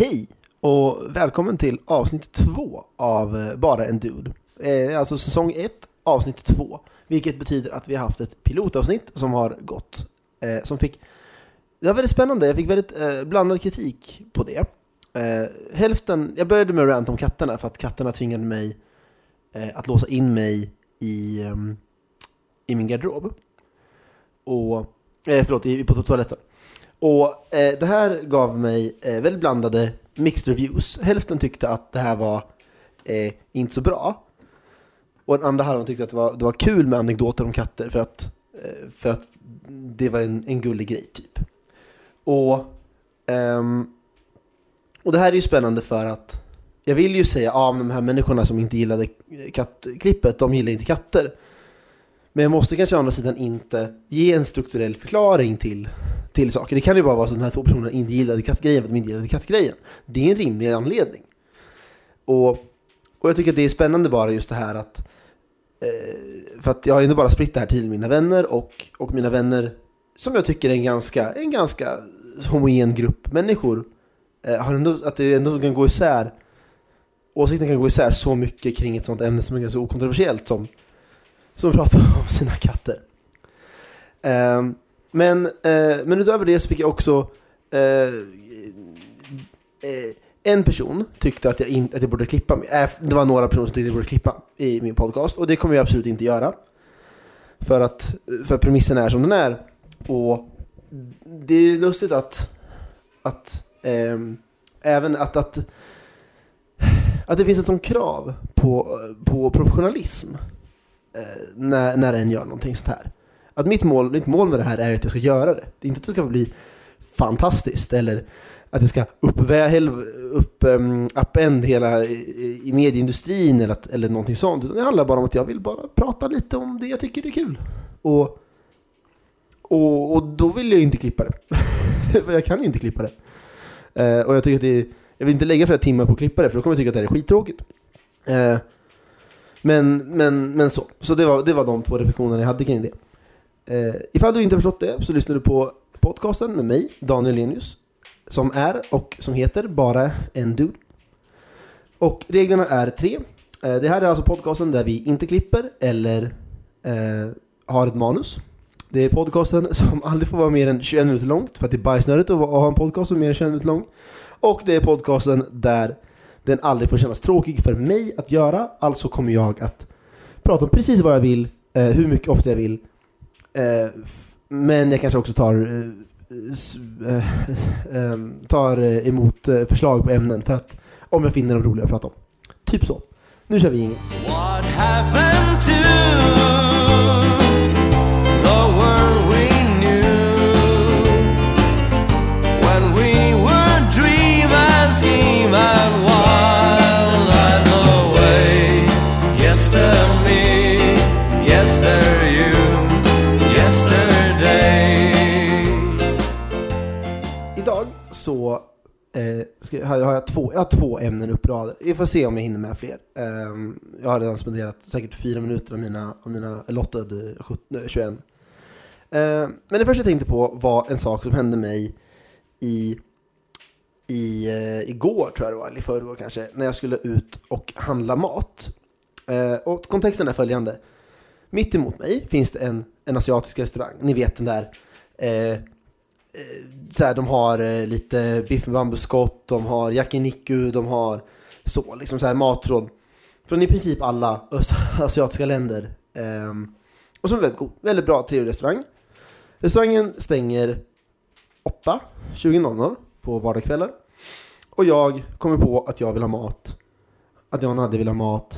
Hej och välkommen till avsnitt 2 av Bara en Dude. Alltså säsong 1, avsnitt 2. Vilket betyder att vi har haft ett pilotavsnitt som har gått. Det var väldigt spännande, jag fick väldigt blandad kritik på det. Hälften, jag började med att rant om katterna för att katterna tvingade mig att låsa in mig i min garderob. Och, på toaletten. Och det här gav mig väldigt blandade mixed reviews. Hälften tyckte att det här var inte så bra. Och den andra halvan tyckte att det var kul med anekdoter om katter för att det var en gullig grej typ. Och det här är ju spännande för att jag vill ju säga de här människorna som inte gillade kattklippet, de gillar inte katter. Men jag måste kanske å andra sidan inte ge en strukturell förklaring till saker. Det kan ju bara vara så att de här två personerna inte gillade kattgrejen för att de inte gillade kattgrejen. Det är en rimlig anledning. Och jag tycker att det är spännande bara just det här att för att jag har ju inte bara spritt det här till mina vänner och mina vänner som jag tycker är en ganska homogen grupp människor har ändå, att det ändå kan gå isär, åsikten kan gå isär så mycket kring ett sånt ämne som är ganska okontroversiellt som pratar om sina katter. Men utöver det så fick jag också en person tyckte att jag borde klippa mig. Det var några personer som tyckte att jag borde klippa i min podcast. Och det kommer jag absolut inte göra. För premissen är som den är. Och det är lustigt att det finns ett sånt krav på professionalism när en gör någonting sånt här. Att mitt mål med det här är att jag ska göra det. Det är inte att det ska bli fantastiskt eller att det ska uppend hela i medieindustrin eller någonting sånt. Utan det handlar bara om att jag vill bara prata lite om det jag tycker är kul. Och då vill jag inte klippa det. För jag kan inte klippa det. Och jag tycker att jag vill inte lägga flera timmar på att klippa det, för då kommer jag tycka att det är skittråkigt. Men så det var de två reflektionerna jag hade kring det. Ifall du inte har förstått det så lyssnar du på podcasten med mig, Daniel Lenius, som heter Bara en Dude. Och reglerna är 3. Det här är alltså podcasten där vi inte klipper eller har ett manus. Det är podcasten som aldrig får vara mer än 21 minuter långt, för att det är bajsnödigt att ha en podcast som är mer än 21 minuter lång. Och det är podcasten där den aldrig får kännas tråkig för mig att göra. Alltså kommer jag att prata om precis vad jag vill, hur mycket ofta jag vill. Men jag kanske också tar emot förslag på ämnen för att om jag finner dem roliga att prata om. Typ så. Nu kör vi ingen. What happened to the world we knew when we were dream and scheme and wild and away? Yester me, yester you, yesterday. Idag så har jag två ämnen uppradade. Vi får se om jag hinner med fler. Jag har redan spenderat säkert 4 minuter av mina lottade 21. Men det första jag tänkte på var en sak som hände mig igår, tror jag det var, eller förrgår kanske, när jag skulle ut och handla mat. Och kontexten är följande. Mitt emot mig finns det en asiatisk restaurang. Ni vet den där så här, de har lite biff med bambuskott, de har yakiniku, de har så liksom så här mat från i princip alla asiatiska länder. Och som är väldigt god, väldigt bra, trevlig restaurang. Restaurangen stänger 20:00 på vardagskvällar. Och jag kommer på att jag vill ha mat. Att jag hade velat ha mat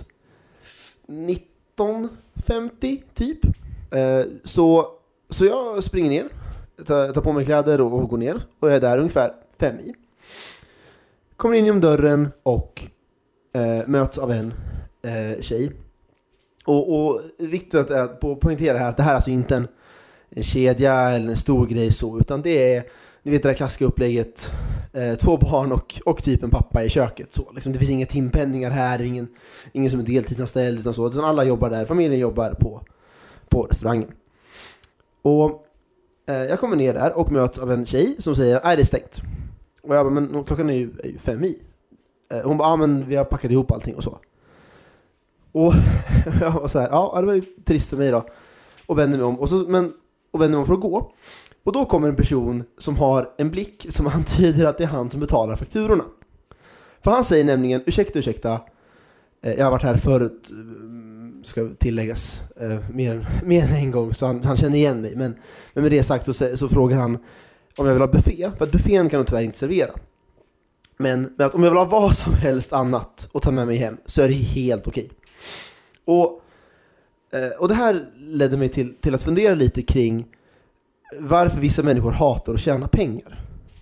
19:50 typ. Så jag springer ner, tar på mig kläder och går ner. Och jag är där ungefär 5 i. Kommer in genom dörren och möts av en tjej. Och viktigt att poängtera här att det här är alltså inte en kedja eller en stor grej så, utan det är, ni vet det där klassiska upplägget, 2 barn och typ en pappa i köket så. Liksom, det finns inga timpenningar här, ingen som är deltidsanställd utan så, utan alla jobbar där, familjen jobbar på restaurangen. Och jag kommer ner där och möts av en tjej som säger nej, det är stängt. Och jag bara, men klockan är ju 5 i. Hon bara, men vi har packat ihop allting och så. Och jag var så här, ja det var ju trist för mig då. Och vänder mig om och vänder mig om för att gå. Och då kommer en person som har en blick som antyder att det är han som betalar fakturorna. För han säger nämligen, ursäkta, jag har varit här förut, ska tilläggas, mer än en gång, så han känner igen mig. Men med det sagt så frågar han om jag vill ha buffé, för att buffén kan de tyvärr inte servera. Men att om jag vill ha vad som helst annat och ta med mig hem, så är det helt okej. Och det här ledde mig till att fundera lite kring varför vissa människor hatar att tjäna pengar.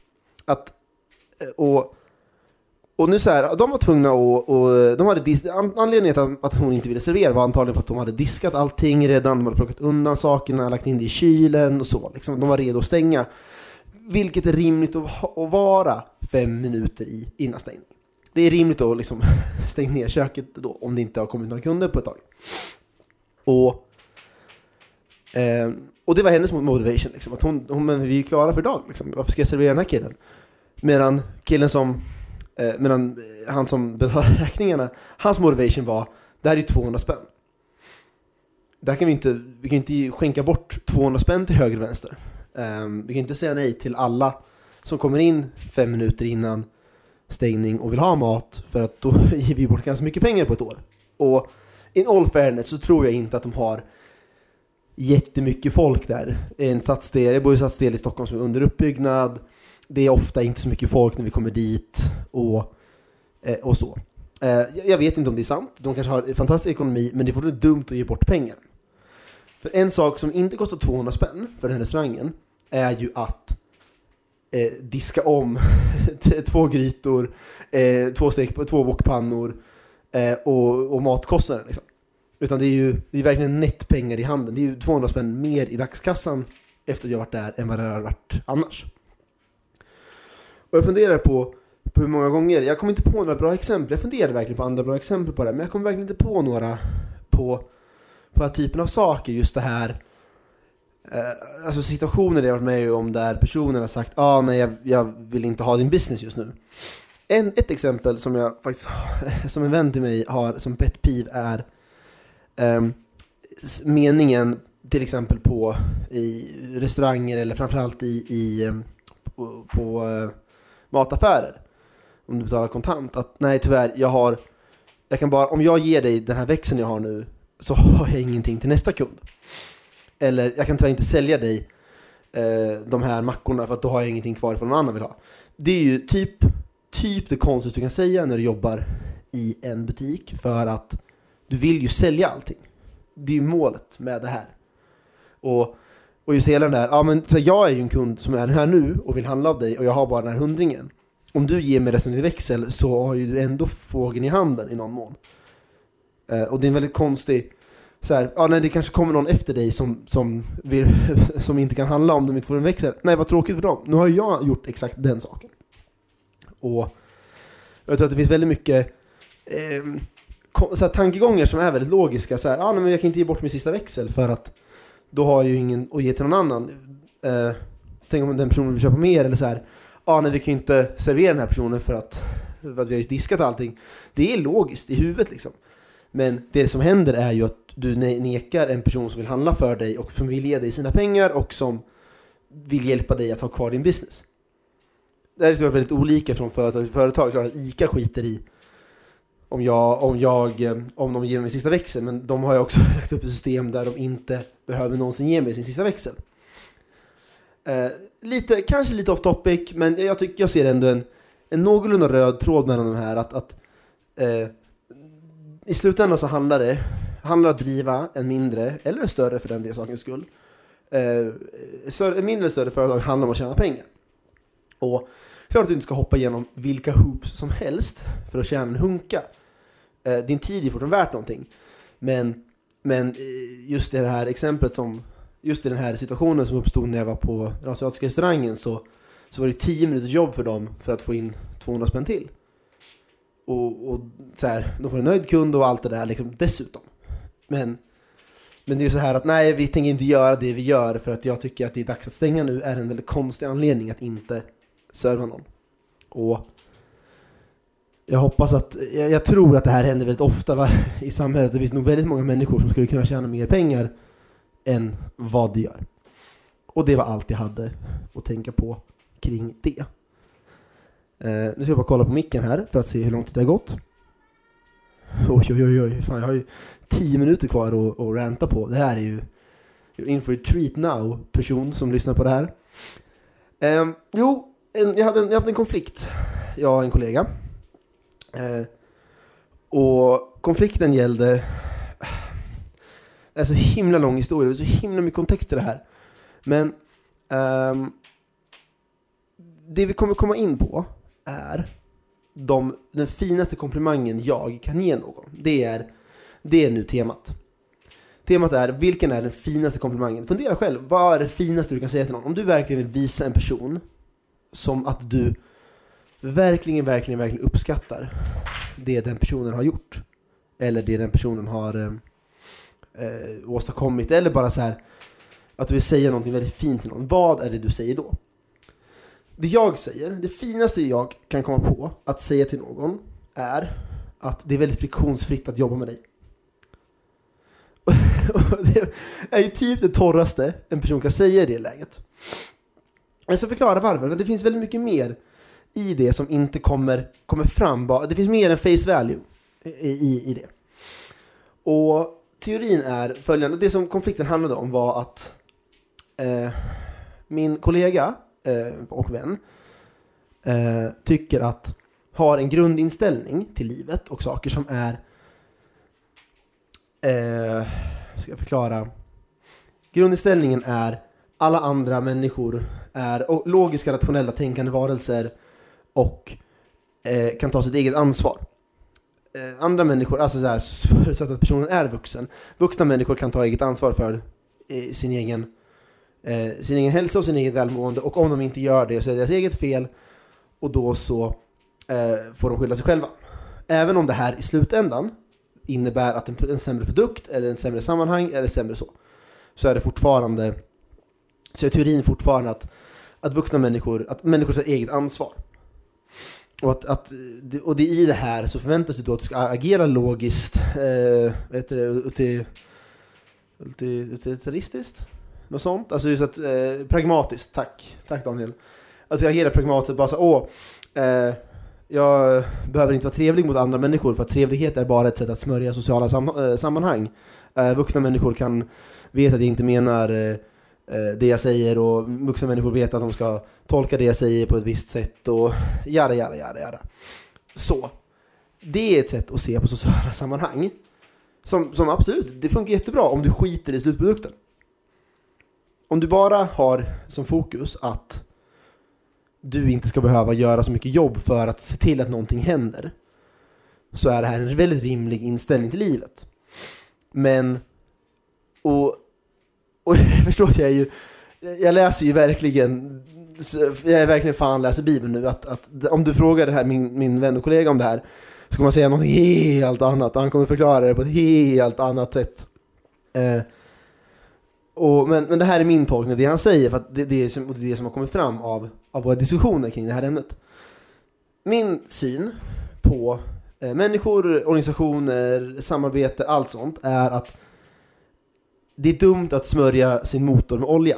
Och nu så här, de var tvungna och de hade anledningen att hon inte ville servera var antagligen för att de hade diskat allting redan, de hade plockat undan sakerna, lagt in det i kylen och så liksom, de var redo att stänga. Vilket är rimligt att vara 5 minuter innan stängning. Det är rimligt att liksom stänga ner köket då, om det inte har kommit några kunder på ett tag. Och det var hennes motivation liksom, att hon men vi är klara för idag liksom. Varför ska jag servera den här killen? Medan han som betalar räkningarna, hans motivation var, det här är 200 spänn. Där kan vi kan inte skänka bort 200 spänn till höger och vänster. Vi kan inte säga nej till alla som kommer in 5 minuter innan stängning och vill ha mat, för att då ger vi bort ganska mycket pengar på ett år. Och in all fairness så tror jag inte att de har jättemycket folk där. Jag bor i en stadsdel i Stockholm som är under uppbyggnad. Det är ofta inte så mycket folk när vi kommer dit och så. Jag vet inte om det är sant. De kanske har en fantastisk ekonomi, men det är fortfarande dumt att ge bort pengar. För en sak som inte kostar 200 spänn för den här restaurangen är ju att diska om 2 grytor, 2 wokpannor och matkostnader liksom. Utan det är verkligen nettpengar i handen. Det är ju 200 spänn mer i dagskassan efter att jag varit där än vad det har varit annars. Och jag funderar på hur många gånger, jag kommer inte på några bra exempel. Jag funderar verkligen på andra bra exempel på det, men jag kommer verkligen inte på några på den här typen av saker. Just det här, alltså situationer där jag varit med om där personen har sagt, nej jag vill inte ha din business just nu. Ett exempel som jag faktiskt, som en vän till mig har som pet peeve är meningen till exempel i restauranger eller framförallt på mataffärer, om du betalar kontant, att nej tyvärr, jag kan bara, om jag ger dig den här växeln jag har nu, så har jag ingenting till nästa kund. Eller jag kan tyvärr inte sälja dig de här mackorna, för att då har jag ingenting kvar för någon annan vill ha. Det är ju typ det konstigaste du kan säga när du jobbar i en butik, för att du vill ju sälja allting. Det är ju målet med det här. Och just hela den där, men så jag är ju en kund som är här nu och vill handla av dig, och jag har bara den här 100-ringen. Om du ger mig resten i växel, så har ju du ändå fågeln i handen i någon mån. Och det är en väldigt konstig så här, nej, det kanske kommer någon efter dig som inte kan handla om de inte får en växel. Nej, vad tråkigt för dem. Nu har jag gjort exakt den saken. Och jag tror att det finns väldigt mycket så här tankegångar som är väldigt logiska. Så här, men jag kan inte ge bort min sista växel, för att då har jag ju ingen att ge till någon annan. Tänk om den personen vill köpa mer, eller så här, nej, vi kan ju inte servera den här personen för att vi har ju diskat allting. Det är logiskt i huvudet liksom. Men det som händer är ju att du nekar en person som vill handla för dig och som vill ge dig sina pengar och som vill hjälpa dig att ha kvar din business. Det här är så väldigt olika från företag till företag. Klart att ICA skiter i om de ger mig sista växeln, men de har ju också lagt upp ett system där de inte behöver någonsin ge mig sin sista växel. Kanske lite off topic, men jag ser ändå en någorlunda röd tråd mellan de här, att i slutändan så handlar det att driva en mindre eller en större, för den del sakens skull. En mindre eller större företag handlar om att tjäna pengar. Och klart att du inte ska hoppa igenom vilka hoops som helst för att tjäna en hunka. Din tid är fortfarande värt någonting. Men just i det här exemplet just i den här situationen som uppstod när jag var på den asiatiska restaurangen, så var det 10 minuters jobb för dem för att få in 200 spänn till. Och så här, de får en nöjd kund och allt det där liksom dessutom. Men det är ju så här att nej, vi tänker inte göra det vi gör för att jag tycker att det är dags att stänga nu, är en väldigt konstig anledning att inte serva någon. Och jag hoppas att, jag tror att det här händer väldigt ofta i samhället. Det finns nog väldigt många människor som skulle kunna tjäna mer pengar än vad de gör. Och det var allt jag hade att tänka på kring det. Nu ska jag bara kolla på micken här för att se hur långt det har gått. Oj. Fan, jag har ju 10 minuter kvar att ranta på. Det här är ju you're in for a treat now, person som lyssnar på det här. Jag hade haft en konflikt. Jag och en kollega. Och konflikten gällde... Det är så himla lång historia. Det är så himla mycket kontext i det här. Men det vi kommer komma in på är den finaste komplimangen jag kan ge någon. Det är nu temat. Temat är, vilken är den finaste komplimangen? Fundera själv, vad är det finaste du kan säga till någon? Om du verkligen vill visa en person som att du verkligen uppskattar det den personen har gjort. Eller det den personen har åstadkommit. Eller bara så här, att du vill säga någonting väldigt fint till någon. Vad är det du säger då? Det jag säger, det finaste jag kan komma på att säga till någon är att det är väldigt friktionsfritt att jobba med dig. Det är ju typ det torraste en person kan säga i det läget. Jag ska förklara varför, men det finns väldigt mycket mer i det som inte kommer fram. Det finns mer än face value i det. Och teorin är följande. Det som konflikten handlade om var att min kollega och vän tycker att har en grundinställning till livet och saker som är ska jag förklara. Grundinställningen är alla andra människor är logiska, rationella, tänkande varelser och kan ta sitt eget ansvar. Andra människor, alltså så här, förutsatt att personen är vuxen. Vuxna människor kan ta eget ansvar för sin egen hälsa och sin egen välmående. Och om de inte gör det så är det deras eget fel. Och då så får de skylla sig själva. Även om det här i slutändan innebär att en sämre produkt eller en sämre sammanhang eller sämre så är det fortfarande, så är teorin fortfarande att vuxna människor, att människor har eget ansvar. Och det i det här så förväntas det då att du ska agera logiskt, utilitaristiskt, något sånt. Alltså just att pragmatiskt, tack Daniel. Att jag agerar pragmatiskt, bara så jag behöver inte vara trevlig mot andra människor, för att trevlighet är bara ett sätt att smörja sociala sammanhang. Vuxna människor kan veta att jag inte menar det jag säger, och vuxna människor vet att de ska tolka det jag säger på ett visst sätt och jada. Så det är ett sätt att se på sociala sammanhang som absolut, det funkar jättebra om du skiter i slutprodukten. Om du bara har som fokus att du inte ska behöva göra så mycket jobb för att se till att någonting händer, så är det här en väldigt rimlig inställning till livet. Men och jag förstår att jag läser ju verkligen, jag är verkligen fan läser Bibeln nu, att om du frågar det här min vän och kollega om det här, så kommer man säga något helt annat, och han kommer förklara det på ett helt annat sätt. Men det här är min tolkning av det han säger, för att det är det som har kommit fram av våra diskussioner kring det här ämnet. Min syn på människor, organisationer, samarbete, allt sånt är att det är dumt att smörja sin motor med olja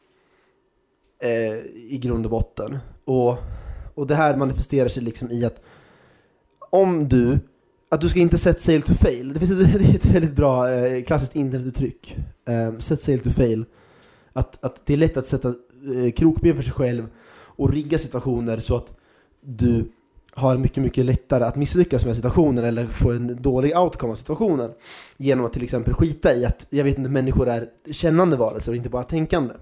i grund och botten. Och det här manifesterar sig liksom i att att du ska inte set sail to fail. Det är ett väldigt bra klassiskt internetuttryck. Set sail to fail. Att det är lätt att sätta krokben för sig själv och rigga situationer så att du har mycket, mycket lättare att misslyckas med situationen eller få en dålig outcome av situationen, genom att till exempel skita i att, jag vet inte, människor är kännande varelser och inte bara tänkande.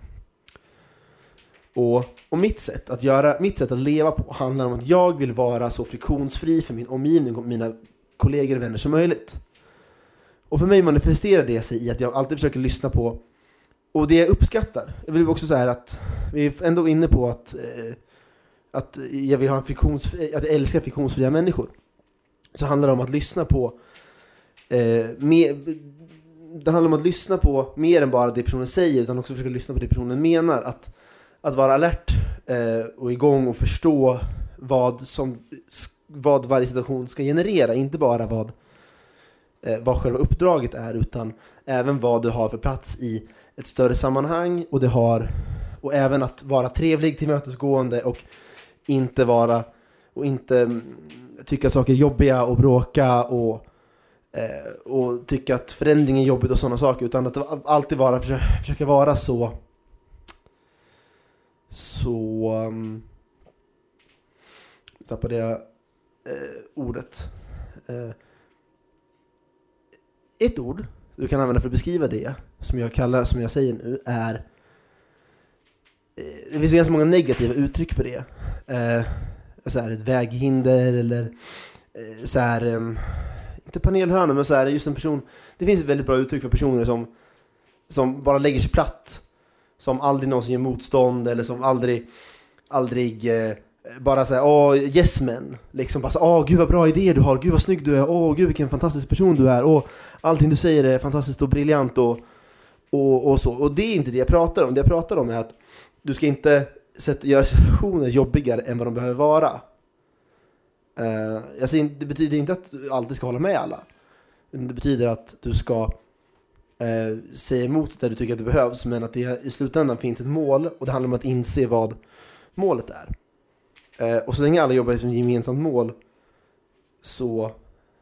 Och mitt sätt att leva på handlar om att jag vill vara så friktionsfri för min omgivning och mina kollegor och vänner som möjligt. Och för mig manifesterar det sig i att jag alltid försöker lyssna på, och det jag uppskattar. Jag vill också säga att vi är ändå inne på att jag vill ha att jag älskar friktionsfria människor. Så handlar det om att lyssna på det handlar om att lyssna på mer än bara det personen säger, utan också försöka lyssna på det personen menar, att vara alert och igång och förstå vad varje situation ska generera, inte bara vad själva uppdraget är, utan även vad du har för plats i ett större sammanhang, och även att vara trevlig, tillmötesgående och inte tycka saker är jobbiga och bråka och tycka att förändring är jobbigt och sådana saker, utan att alltid försöka vara så tappade jag ordet. Ett ord du kan använda för att beskriva det som jag säger nu är, det finns ganska många negativa uttryck för det. Så här ett väghinder eller så här, inte panelhörna, men så här just en person. Det finns ett väldigt bra uttryck för personer som bara lägger sig platt, som aldrig någonsin gör motstånd, eller som aldrig bara säger yes men, liksom bara så, gud vad bra idé du har, gud vad snygg du är, gud vilken fantastisk person du är, allting du säger är fantastiskt och briljant och så. Och det är inte det jag pratar om. Det jag pratar om är att du ska inte göra situationer jobbigare än vad de behöver vara. Det betyder inte att du alltid ska hålla med alla. Det betyder att du ska säga emot där du tycker att det behövs, men att det i slutändan finns ett mål, och det handlar om att inse vad målet är. Och så länge alla jobbar som gemensamt mål så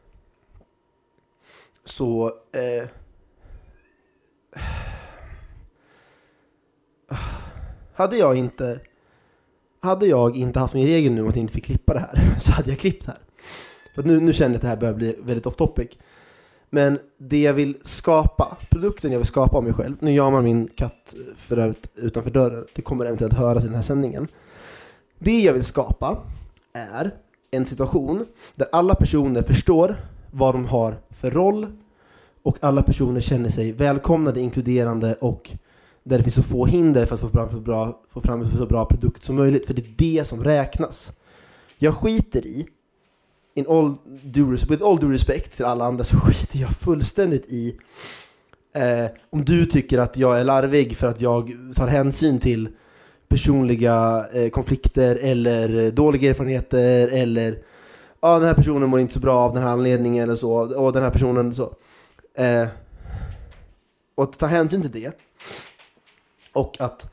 hade jag inte haft min regel nu om att jag inte fick klippa det här, så hade jag klippt här. För att nu känner jag att det här börjar bli väldigt off topic. Men det jag vill skapa, produkten jag vill skapa om mig själv. Nu gör man min katt utanför dörren. Det kommer eventuellt höras i den här sändningen. Det jag vill skapa är en situation där alla personer förstår vad de har för roll, och alla personer känner sig välkomnade, inkluderande, och där det finns så få hinder för att få fram en så bra produkt som möjligt. För det är det som räknas. Jag skiter with all due respect till alla andra, så skiter jag fullständigt i om du tycker att jag är larvig för att jag tar hänsyn till personliga konflikter eller dåliga erfarenheter, eller den här personen mår inte så bra av den här anledningen eller så, och den här personen så. Och att ta hänsyn till det, och att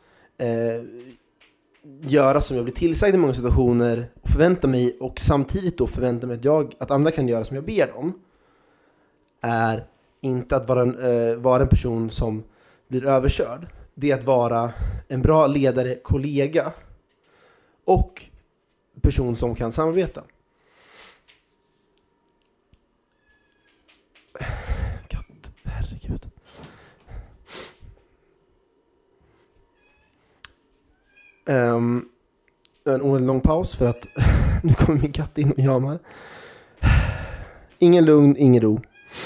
göra som jag blir tillsagd i många situationer, och förvänta mig, och samtidigt då förvänta mig att andra kan göra som jag ber dem, är inte att vara en person som blir överkörd. Det är att vara en bra ledare, kollega och person som kan samarbeta. Herregud. En oerhört lång paus för att nu kommer min katt in och jamar. Ingen lugn, ingen ro.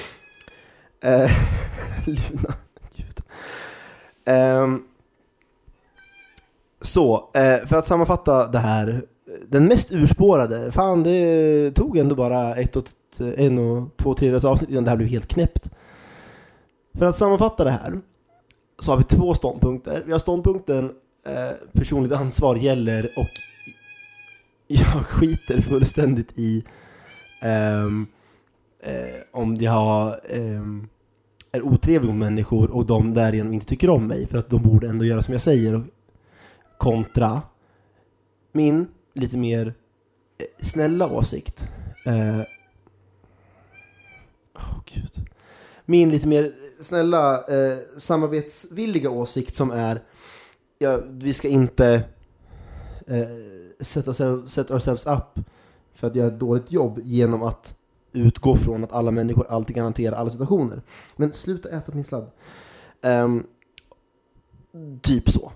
Luna. Gud. För att sammanfatta det här, den mest urspårade, det tog ändå bara 1 och 2/3 avsnitt innan det här blev helt knäppt. För att sammanfatta det här så har vi 2 ståndpunkter. Vi har ståndpunkten personligt ansvar gäller, och jag skiter fullständigt i om jag är otrevlig mot människor och de därigenom inte tycker om mig, för att de borde ändå göra som jag säger, kontra min lite mer snälla åsikt. Min lite mer snälla samarbetsvilliga åsikt som är, vi ska inte sätta ourselves up för att göra ett dåligt jobb genom att utgå från att alla människor alltid kan hantera alla situationer. Men sluta äta min sladd. Typ så.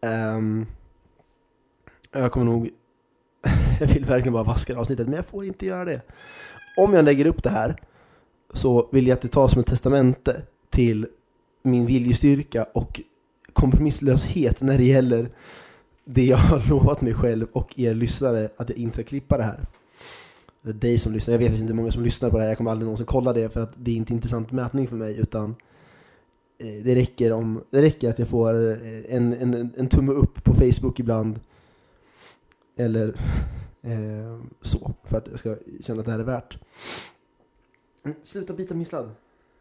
Jag kommer nog jag vill verkligen bara vaska avsnittet, men jag får inte göra det. Om jag lägger upp det här så vill jag att det tas som ett testamente till min viljestyrka och kompromisslöshet när det gäller det jag har lovat mig själv och er lyssnare, att jag inte ska klippa det här. Det är dig som lyssnar. Jag vet inte hur många som lyssnar på det här. Jag kommer aldrig någonsin kolla det, för att det är inte intressant mätning för mig, utan det räcker att jag får en tumme upp på Facebook ibland, eller Så, för att jag ska känna att det här är värt. Sluta bita min sladd.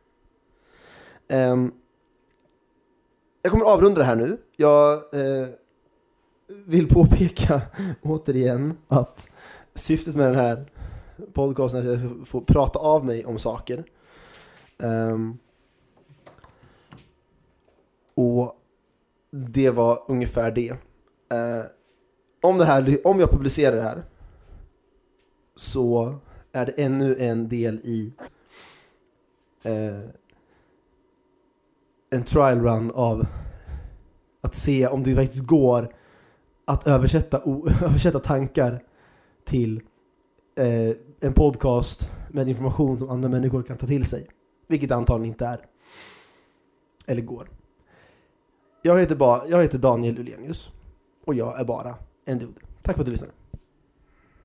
Jag kommer avrunda det här nu. Jag vill påpeka återigen att syftet med den här podcasten är att jag ska få prata av mig om saker. Och det var ungefär det. Om jag publicerar det här så är det ännu en del i en trial run av att se om det faktiskt går att översätta tankar till en podcast med information som andra människor kan ta till sig. Vilket antagligen inte är. Eller går. Jag heter Daniel Ulenius och jag är bara en dude. Tack för att du lyssnade.